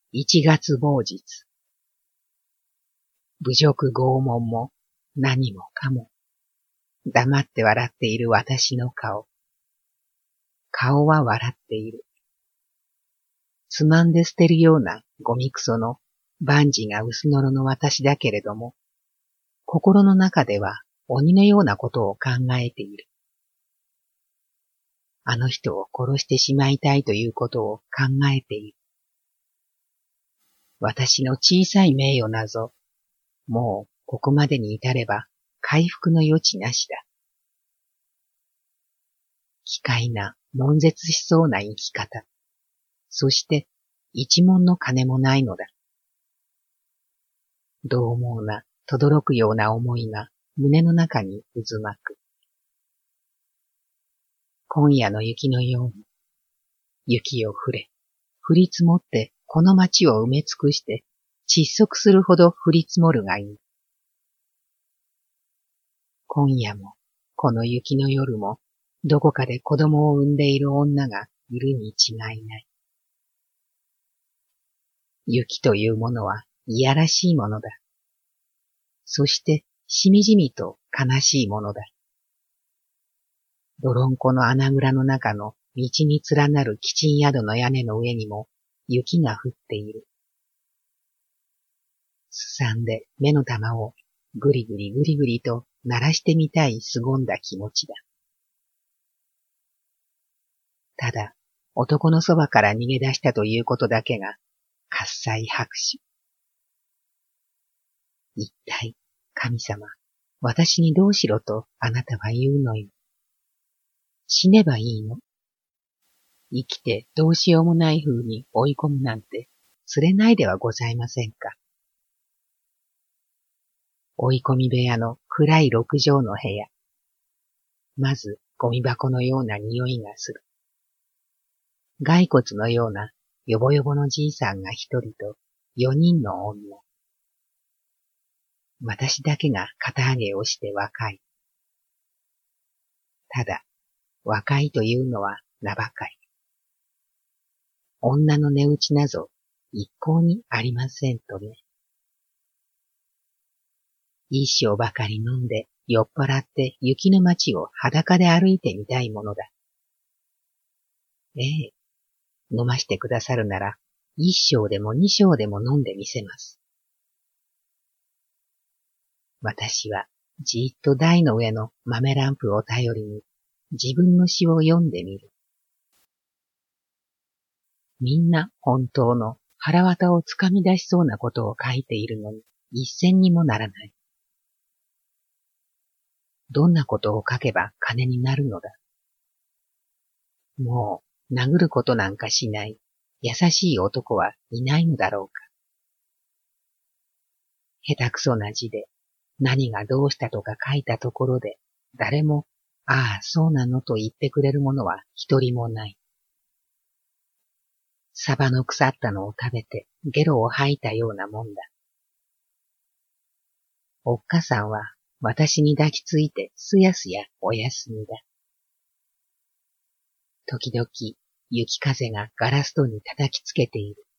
1月某日。侮辱拷問も何もかも。黙って笑っている私の顔。顔は笑っている。つまんで捨てるようなゴミクソの万事が薄のろの私だけれども、心の中では鬼のようなことを考えている。あの人を殺してしまいたいということを考えている。私の小さい名誉なぞ、もうここまでに至れば回復の余地なしだ。奇怪な悶絶しそうな生き方。そして一文の金もないのだ。獰猛な、轟くような思いが胸の中に渦巻く。今夜の雪のように、雪を降り積もってこの街を埋め尽くして窒息するほど降り積もるがいい。今夜も、この雪の夜も、どこかで子供を産んでいる女がいるに違いない。雪というものはいやらしいものだ。そしてしみじみと悲しいものだ。泥んこの穴蔵の中の道に連なるキチン宿の屋根の上にも雪が降っている。すさんで目の玉をぐりぐりぐりぐりと鳴らしてみたい凄んだ気持ちだ。ただ、男のそばから逃げ出したということだけが、喝采拍手。一体、神様、私にどうしろとあなたは言うのよ。死ねばいいの？生きてどうしようもない風に追い込むなんて、つれないではございませんか。追い込み部屋の暗い六畳の部屋。まず、ゴミ箱のような匂いがする。骸骨のようなよぼよぼのじいさんが一人と4人の女。私だけが肩上げをして若い。ただ、若いというのは名ばかり。女の値打ちなぞ一向にありませんとね。一升ばかり飲んで酔っ払って雪の街を裸で歩いてみたいものだ。ええ、飲ましてくださるなら一升でも二升でも飲んでみせます。私はじーっと台の上の豆ランプを頼りに自分の詩を読んでみる。みんな本当の腹渡をつかみ出しそうなことを書いているのに一銭にもならない。どんなことを書けば金になるのだ。もう殴ることなんかしない優しい男はいないのだろうか。下手くそな字で何がどうしたとか書いたところで誰もああそうなのと言ってくれるものは一人もない。サバの腐ったのを食べてゲロを吐いたようなもんだ。おっかさんは私に抱きついてすやすやお休みだ。時々雪風がガラス戸に叩きつけている。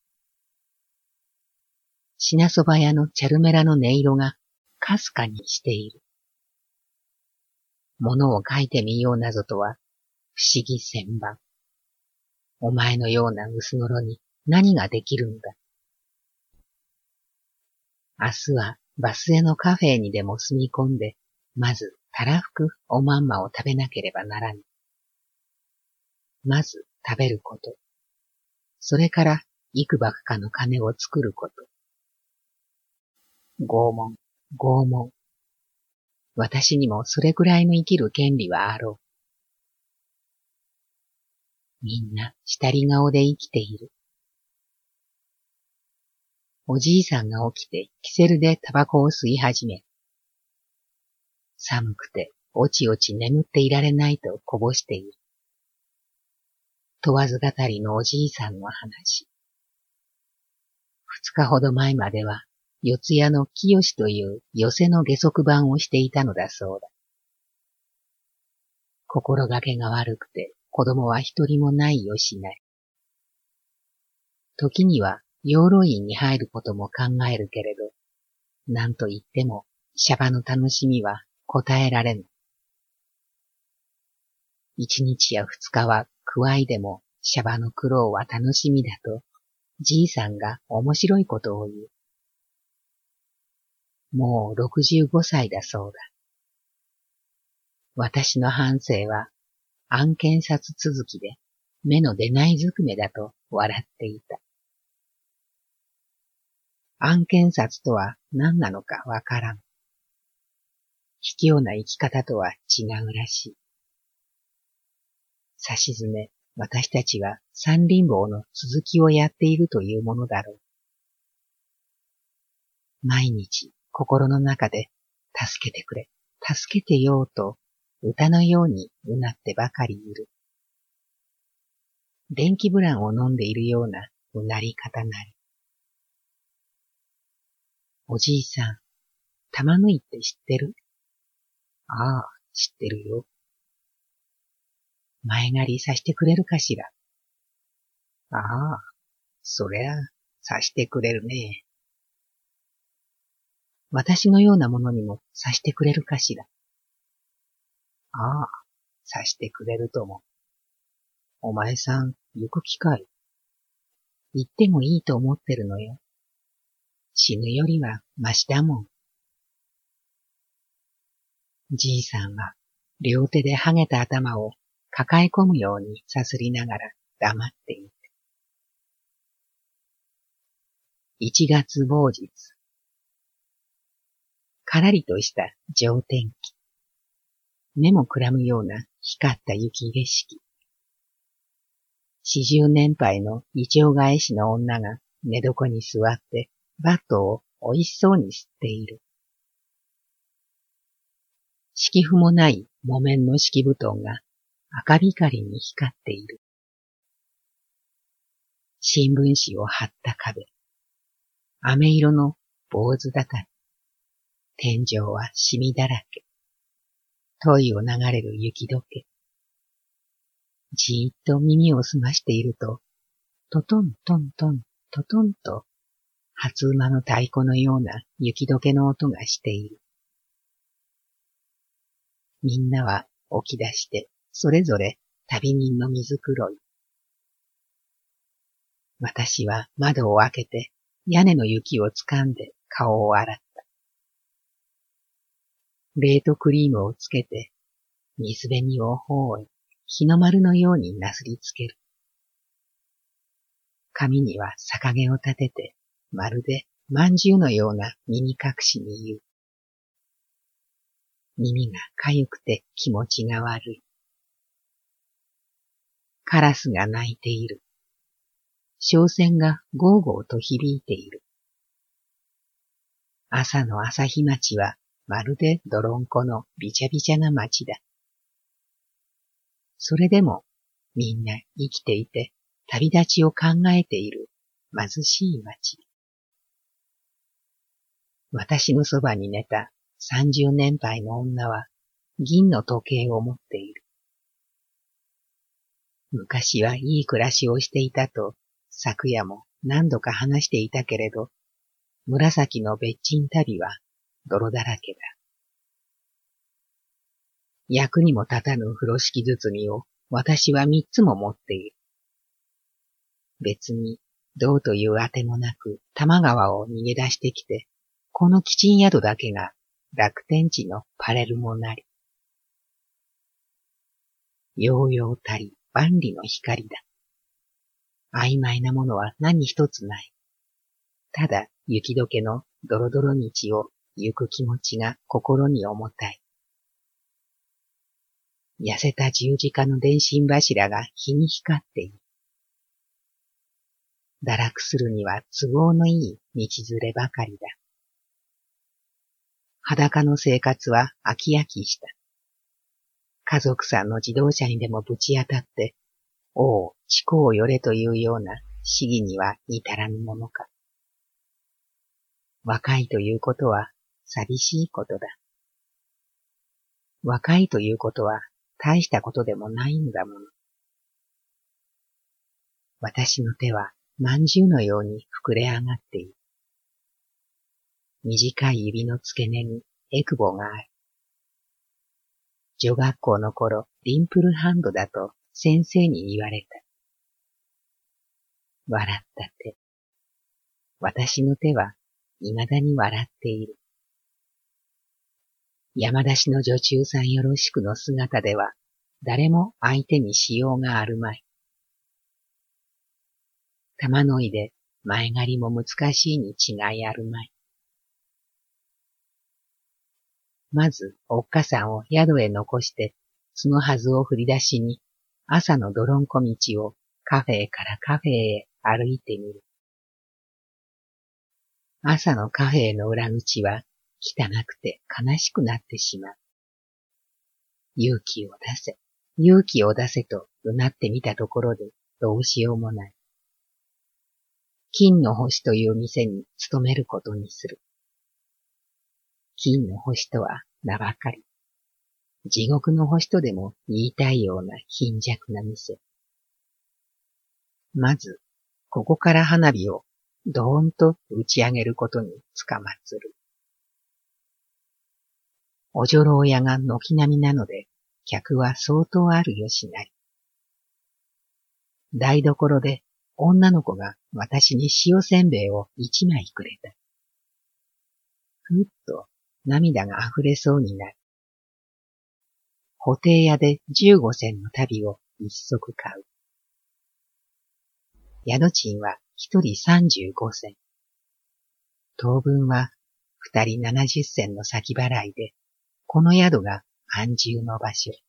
品そば屋のチャルメラの音色がかすかにしている。物を書いてみようなぞとは不思議千万。お前のような薄のろに何ができるんだ。明日はバスへのカフェにでも住み込んで、まずたらふくおまんまを食べなければならぬ。まず食べること。それから幾ばくかの金を作ること。拷問、拷問。私にもそれくらいの生きる権利はあろう。みんなしたり顔で生きている。おじいさんが起きてキセルでタバコを吸い始め、寒くておちおち眠っていられないとこぼしている。問わず語りのおじいさんの話。2日ほど前までは四谷の清という寄席の下足番をしていたのだそうだ。心がけが悪くて子供は一人もないよしない。時には養老院に入ることも考えるけれど、なんと言ってもシャバの楽しみは答えられぬ。一日や二日はくわいでもシャバの苦労は楽しみだと、じいさんが面白いことを言う。もう65歳だそうだ。私の半生は案件札続きで目の出ないずくめだと笑っていた。案件札とは何なのかわからん。卑怯な生き方とは違うらしい。さしずめ、私たちは三輪棒の続きをやっているというものだろう。毎日心の中で助けてくれ、助けてよと歌のようにうなってばかりいる。電気ブランを飲んでいるようなうなり方なり。おじいさん、玉縫いって知ってる？ああ、知ってるよ。前借りさしてくれるかしら？ああ、そりゃ、さしてくれるね。私のようなものにもさしてくれるかしら？ああ、さしてくれるとも。お前さん、行く機会。行ってもいいと思ってるのよ。死ぬよりはましだもん。じいさんは両手ではげた頭を抱え込むようにさすりながら黙っていた。1月某日。からりとした上天気。目もくらむような光った雪景色。40年配のイチョウ返しの女が寝床に座ってバットをおいしそうに吸っている。敷布もない木綿の敷布団が赤光に光っている。新聞紙を貼った壁。飴色の坊主畳。天井はシミだらけ。問いを流れる雪解け。じーっと耳を澄ましていると、トトントントン、トトンと、初馬の太鼓のような雪解けの音がしている。みんなは起き出して、それぞれ旅人の水黒い。私は窓を開けて、屋根の雪を掴んで顔を洗った。レートクリームをつけて、水紅を頬へ日の丸のようになすりつける。髪には逆毛を立てて、まるで饅頭のような耳隠しに言う。耳がかゆくて気持ちが悪い。カラスが鳴いている。小船がゴーゴーと響いている。朝の朝日町はまるで泥んこのびちゃびちゃな町だ。それでもみんな生きていて旅立ちを考えている貧しい町。私のそばに寝た30年配の女は銀の時計を持っている。昔はいい暮らしをしていたと昨夜も何度か話していたけれど、紫の別賃旅は泥だらけだ。役にも立たぬ風呂敷包みを私は3つも持っている。別にどうというあてもなく多摩川を逃げ出してきて、この貴賃宿だけが楽天地のパレルモなり。ようようたり万里の光だ。曖昧なものは何一つない。ただ雪解けのドロドロ道を行く気持ちが心に重たい。痩せた十字架の電信柱が日に光っている。堕落するには都合のいい道連ればかりだ。裸の生活は飽き飽きした。家族さんの自動車にでもぶち当たって、おう、地高を寄れというような市議には至らぬものか。若いということは寂しいことだ。若いということは大したことでもないんだもの。私の手は饅頭のように膨れ上がっている。短い指の付け根にエクボがある。女学校の頃、ディンプルハンドだと先生に言われた。笑った手。私の手は未だに笑っている。山出しの女中さんよろしくの姿では、誰も相手にしようがあるまい。玉の井で前借りも難しいに違いあるまい。まず、おっかさんを宿へ残して、そのはずを振り出しに、朝の泥んこ道をカフェからカフェへ歩いてみる。朝のカフェへの裏口は汚くて悲しくなってしまう。勇気を出せ、勇気を出せとうなってみたところでどうしようもない。金の星という店に勤めることにする。金の星とは名ばかり。地獄の星とでも言いたいような貧弱な店。まず、ここから花火をどーんと打ち上げることにつかまつる。お女郎屋が軒並みなので、客は相当あるよしなり。台所で女の子が私に塩せんべいを一枚くれた。ふっと涙が溢れそうになる。布袋屋で15銭の旅を一足買う。宿賃は一人35銭。当分は二人70銭の先払いで、この宿が安住の場所。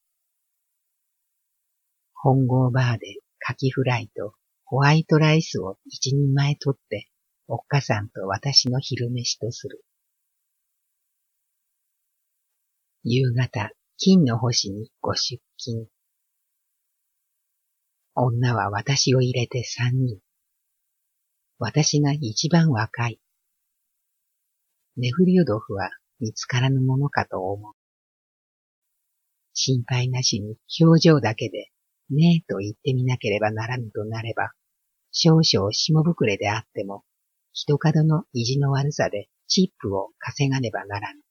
本郷バーでカキフライとホワイトライスを一人前取って、おっかさんと私の昼飯とする。夕方、金の星にご出勤。女は私を入れて3人。私が一番若い。ネフリュードフは見つからぬものかと思う。心配なしに表情だけで、ねえと言ってみなければならぬとなれば、少々下膨れであっても、一角の意地の悪さでチップを稼がねばならぬ。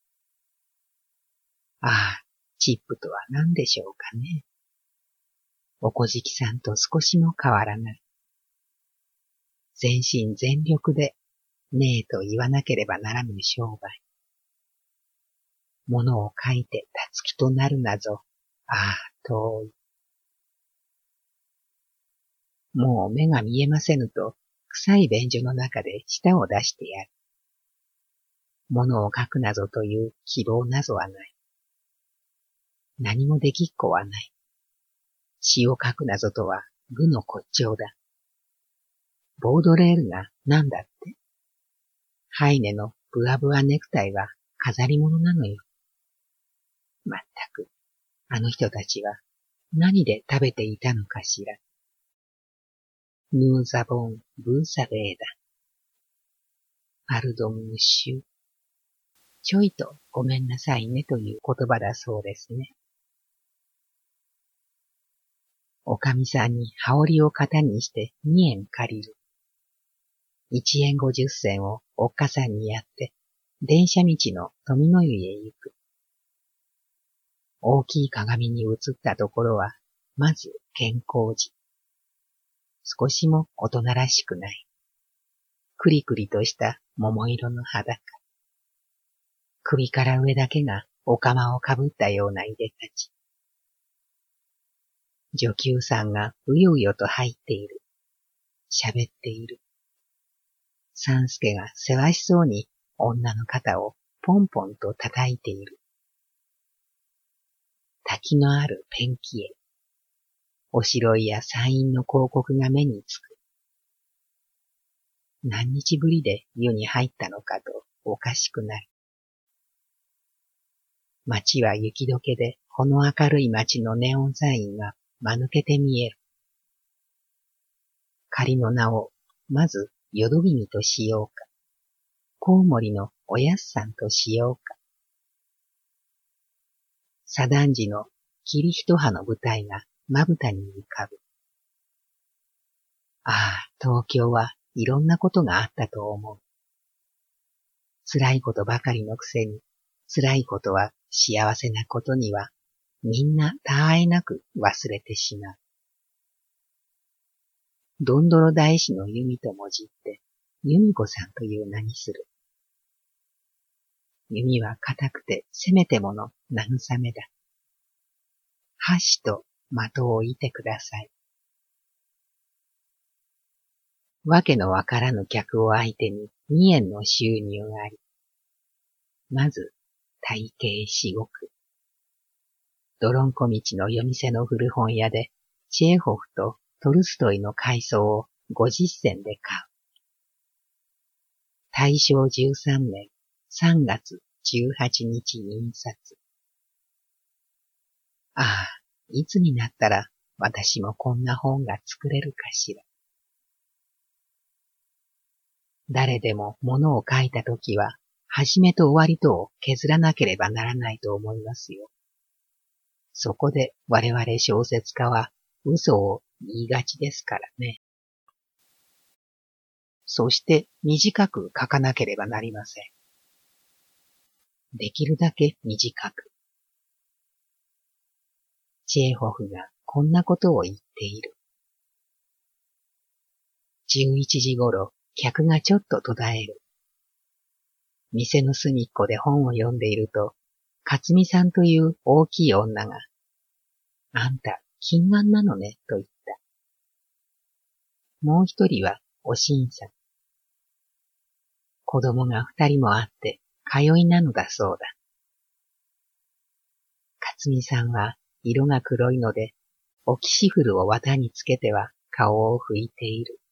ああ、チップとは何でしょうかね。おこじきさんと少しも変わらない。全身全力で、ねえと言わなければならぬ商売。物を書いてたつきとなるなぞ。ああ、遠い。もう目が見えませぬと、臭い便所の中で舌を出してやる。物を書くなぞという希望なぞはない。何もできっこはない。詩を書くなぞとは愚の骨頂だ。ボードレールが何だって。ハイネのブワブワネクタイは飾り物なのよ。まったく、あの人たちは何で食べていたのかしら。ヌーザボン・ブーサベーダ。パルドムーシュ。ちょいとごめんなさいねという言葉だそうですね。おかみさんに羽織を型にして2円借りる。1円50銭をおっかさんにやって、電車道の富の湯へ行く。大きい鏡に映ったところは、まず健康寺。少しも大人らしくない。クリクリとした桃色の裸。首から上だけがお釜をかぶったようないでたち。女給さんがうようよと入っている。喋っている。三助がせわしそうに女の肩をポンポンと叩いている。滝のあるペンキ絵。おしろいや山陰の広告が目につく。何日ぶりで湯に入ったのかとおかしくなる。街は雪解けで、この明るい街のネオンサインが間抜けて見える。仮の名を、まず、淀君としようか。コウモリのおやすさんとしようか。左段時の霧一葉の舞台がまぶたに浮かぶ。 ああ、東京はいろんなことがあったと思う。辛いことばかりのくせに、辛いことは幸せなことには、みんな他愛なく忘れてしまう。どんどろ大師の弓ともじって、弓子さんという名にする。弓は硬くてせめてもの慰めだ。箸と的を射てください。わけのわからぬ客を相手に2円の収入があり、まず体型至極。泥んこ道の夜店の古本屋でチェーホフとトルストイの回想を50銭で買う。大正13年3月18日印刷。ああ、いつになったら私もこんな本が作れるかしら。誰でも物を書いたときは、始めと終わりとを削らなければならないと思いますよ。そこで我々小説家は嘘を言いがちですからね。そして短く書かなければなりません。できるだけ短く。チェーホフがこんなことを言っている。11時ごろ、客がちょっと途絶える。店の隅っこで本を読んでいると、勝美さんという大きい女が、あんた、金眼なのね、と言った。もう一人は、おしんさん。子供が2人もあって、通いなのだそうだ。勝美さんは、色が黒いので、置きシフルを綿につけては顔を拭いている。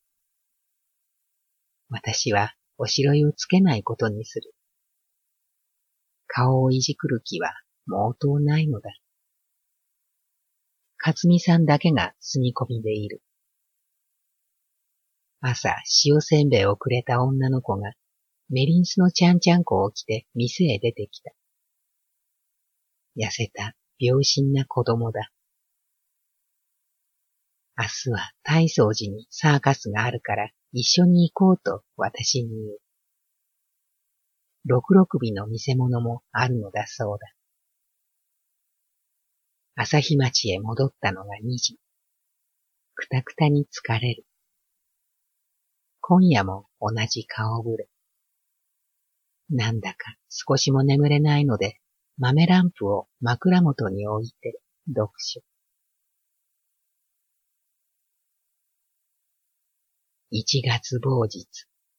私は、おしろいをつけないことにする。顔をいじくる気は、毛頭ないのだ。勝美さんだけが住み込みでいる。朝、塩せんべいをくれた女の子が、メリンスのちゃんちゃんこを着て店へ出てきた。痩せた、病身な子供だ。明日は大宗寺にサーカスがあるから一緒に行こうと私に言う。六六尾の見せ物もあるのだそうだ。朝日町へ戻ったのが2時。くたくたに疲れる。今夜も同じ顔ぶれ。なんだか少しも眠れないので、豆ランプを枕元に置いて読書。1月某日。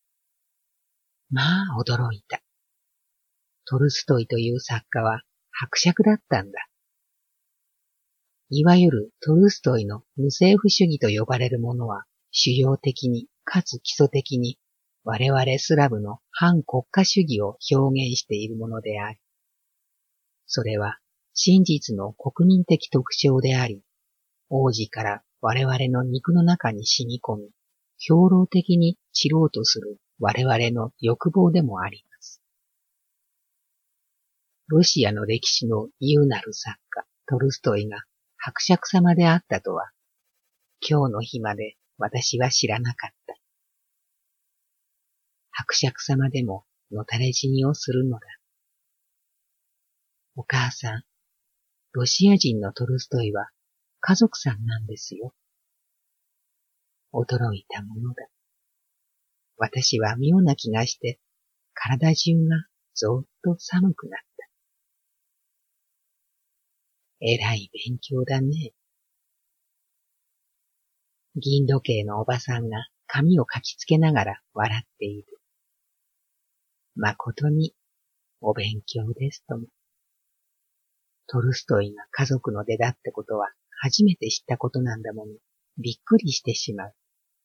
まあ驚いた。トルストイという作家は伯爵だったんだ。いわゆるトルストイの無政府主義と呼ばれるものは主要的にかつ基礎的に我々スラブの反国家主義を表現しているものであり、それは真実の国民的特徴であり、王子から我々の肉の中に染み込み、兵糧的に散ろうとする我々の欲望でもあります。ロシアの歴史の優なる作家トルストイが伯爵様であったとは、今日の日まで私は知らなかった。伯爵様でものたれ死にをするのだ。お母さん、ロシア人のトルストイは家族さんなんですよ。驚いたものだ。私は妙な気がして、体中がぞーっと寒くなった。えらい勉強だね。銀時計のおばさんが髪をかきつけながら笑っている。誠にお勉強ですとも。トルストイが家族の出だってことは初めて知ったことなんだもの。びっくりしてしまう。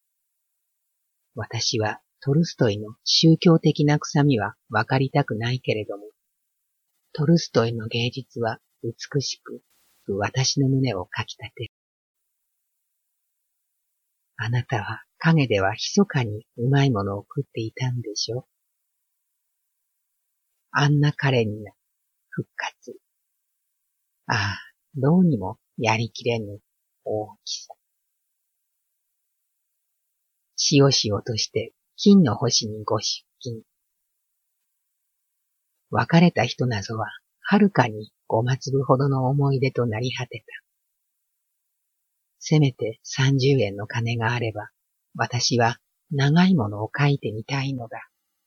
私はトルストイの宗教的な臭みはわかりたくないけれども、トルストイの芸術は美しく、私の胸をかき立てる。あなたは影では密かにうまいものを食っていたんでしょ？あんな彼にな復活。ああ、どうにもやりきれぬ大きさ。 しおしおとして金の星にご出勤。別れた人なぞは、はるかに5粒ほどの思い出となり果てた。せめて30円の金があれば、私は長いものを書いてみたいのだ。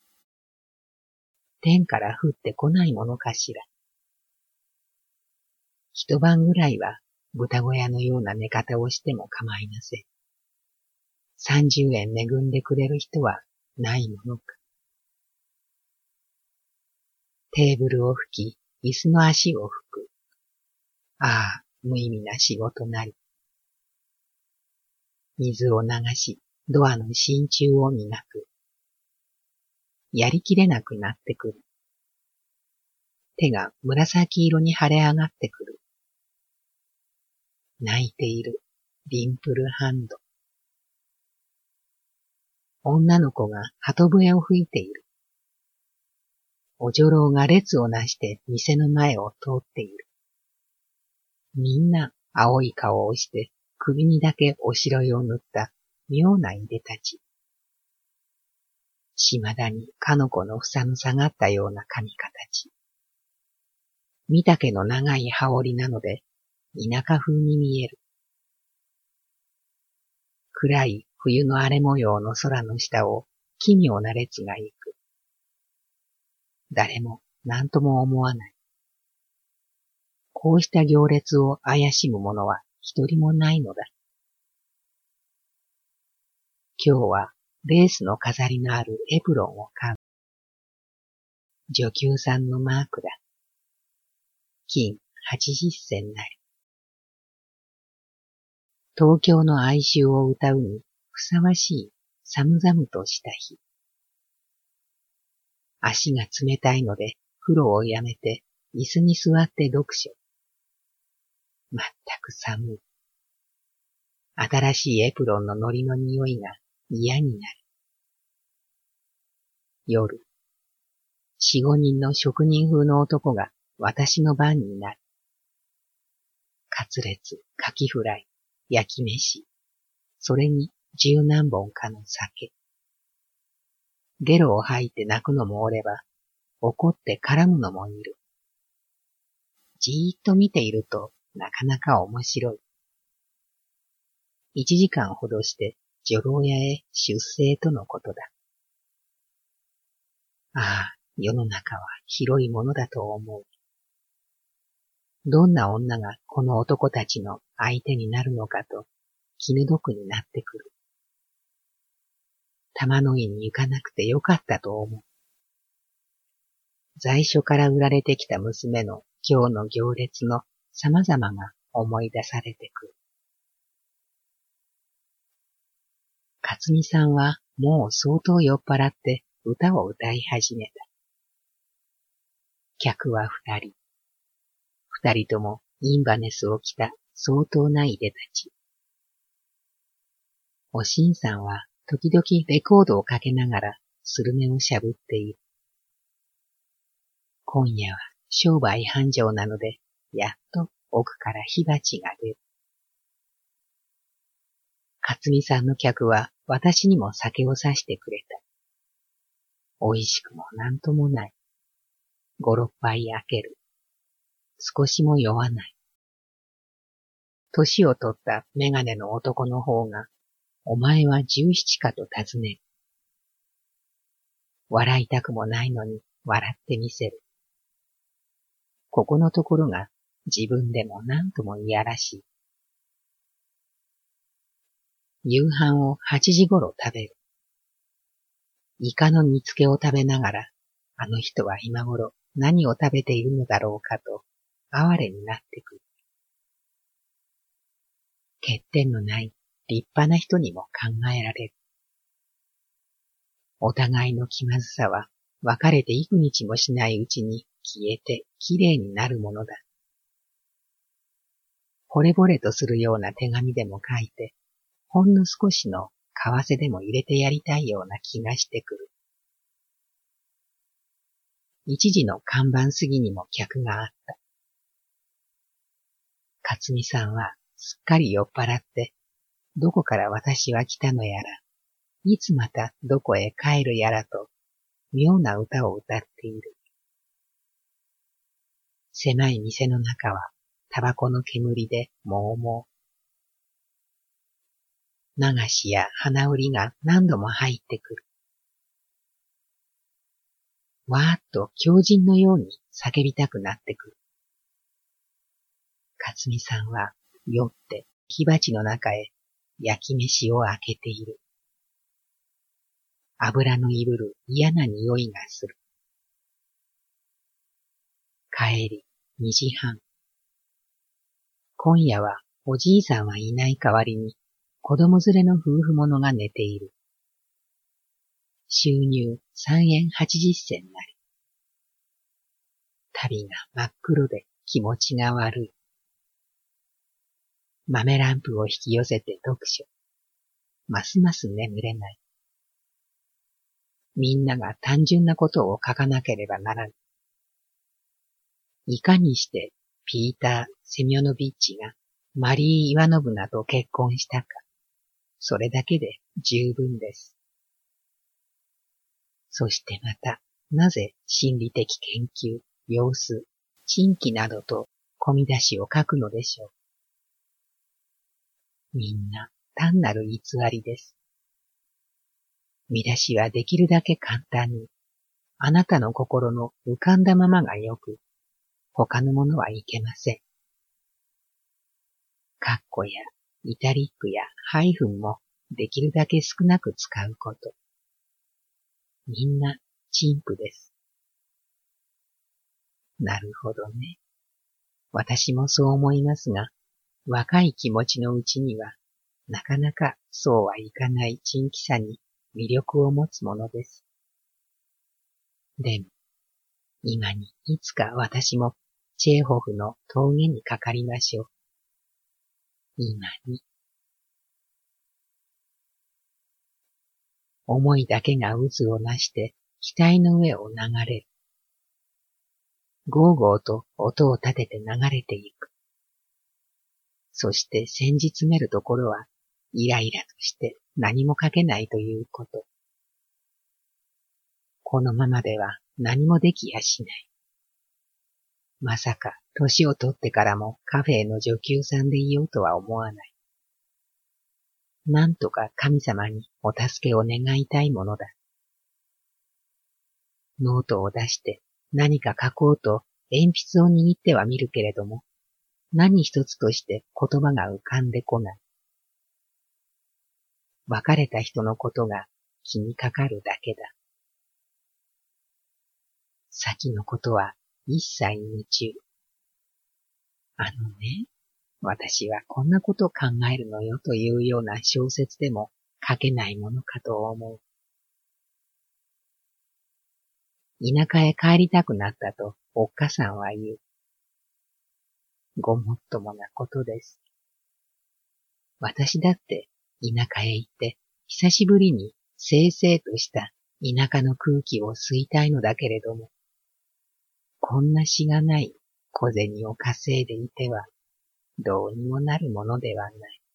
天から降ってこないものかしら。一晩ぐらいは豚小屋のような寝方をしても構いません。30円恵んでくれる人はないものか。テーブルを拭き、椅子の足を拭く。ああ、無意味な仕事なり。水を流し、ドアの真鍮を磨く。やりきれなくなってくる。手が紫色に腫れ上がってくる。泣いているディンプルハンド。女の子が鳩笛を吹いている。お女郎が列をなして店の前を通っている。みんな青い顔をして首にだけおしろいを塗った妙ないでたち。島田にかの子の房の下がったような髪形。見丈の長い羽織なので田舎風に見える。暗い冬の荒れ模様の空の下を奇妙な列が行く。誰も何とも思わない。こうした行列を怪しむ者は一人もないのだ。今日はレースの飾りのあるエプロンを買う。女給さんのマークだ。金80銭なり。東京の哀愁を歌うにふさわしい寒々とした日。足が冷たいので風呂をやめて椅子に座って読書。まったく寒い。新しいエプロンの糊の匂いが嫌になる。夜、4、5人の職人風の男が私の番になる。カツレツ、カキフライ、焼き飯、それに10何本かの酒。ゲロを吐いて泣くのもおれば、怒って絡むのもいる。じーっと見ているとなかなか面白い。1時間ほどして女郎屋へ出征とのことだ。ああ、世の中は広いものだと思う。どんな女がこの男たちの相手になるのかと気の毒になってくる。玉の井に行かなくてよかったと思う。在所から売られてきた娘の今日の行列の様々が思い出されてくる。勝美さんはもう相当酔っ払って歌を歌い始めた。客は2人。2人ともインバネスを着た相当ないでたち。おしんさんは時々レコードをかけながらスルメをしゃぶっている。今夜は商売繁盛なので、やっと奥から火鉢が出る。勝美さんの客は私にも酒をさしてくれた。美味しくもなんともない。5、6杯開ける。少しも酔わない。年を取ったメガネの男の方が、お前は17かと尋ねる。笑いたくもないのに笑ってみせる。ここのところが自分でも何ともいやらしい。夕飯を8時ごろ食べる。イカの煮付けを食べながら、あの人は今頃何を食べているのだろうかと哀れになってくる。欠点のない立派な人にも考えられる。お互いの気まずさは別れて幾日もしないうちに消えてきれいになるものだ。惚れ惚れとするような手紙でも書いて、ほんの少しの為替でも入れてやりたいような気がしてくる。一時の看板過ぎにも客があった。勝美さんはすっかり酔っ払って、どこから私は来たのやら、 いつまたどこへ帰るやらと、妙な歌を歌っている。狭い店の中は、タバコの煙でもうもう。流しや鼻売りが何度も入ってくる。わーっと狂人のように叫びたくなってくる。勝美さんは酔って火鉢の中へ焼き飯を開けている。油のいぶる嫌な匂いがする。帰り2時半。今夜はおじいさんはいない代わりに子供連れの夫婦者が寝ている。収入3円80銭なり。旅が真っ黒で気持ちが悪い。豆ランプを引き寄せて読書。ますます眠れない。みんなが単純なことを書かなければならぬ。いかにしてピーター・セミョノビッチがマリー・イワノブナと結婚したか、それだけで十分です。そしてまた、なぜ心理的研究、様子、珍奇などと込み出しを書くのでしょう。みんな単なる偽りです。見出しはできるだけ簡単に、あなたの心の浮かんだままがよく、他のものはいけません。カッコやイタリックやハイフンもできるだけ少なく使うこと。みんな陳腐です。なるほどね。私もそう思いますが、若い気持ちのうちには、なかなかそうはいかない珍奇さに魅力を持つものです。でも、今にいつか私もチェーホフの峠にかかりましょう。今に。思いだけが渦をなして額の上を流れる。ゴーゴーと音を立てて流れていく。そして先日詰めるところはイライラとして何も書けないということ。このままでは何もできやしない。まさか年を取ってからもカフェの女給さんでいようとは思わない。なんとか神様にお助けを願いたいものだ。ノートを出して何か書こうと鉛筆を握ってはみるけれども、何一つとして言葉が浮かんでこない。別れた人のことが気にかかるだけだ。先のことは一切夢中。私はこんなこと考えるのよというような小説でも書けないものかと思う。田舎へ帰りたくなったとおっかさんは言う。ごもっともなことです。私だって田舎へ行って久しぶりにせいせいとした田舎の空気を吸いたいのだけれども、こんなしがない小銭を稼いでいてはどうにもなるものではない。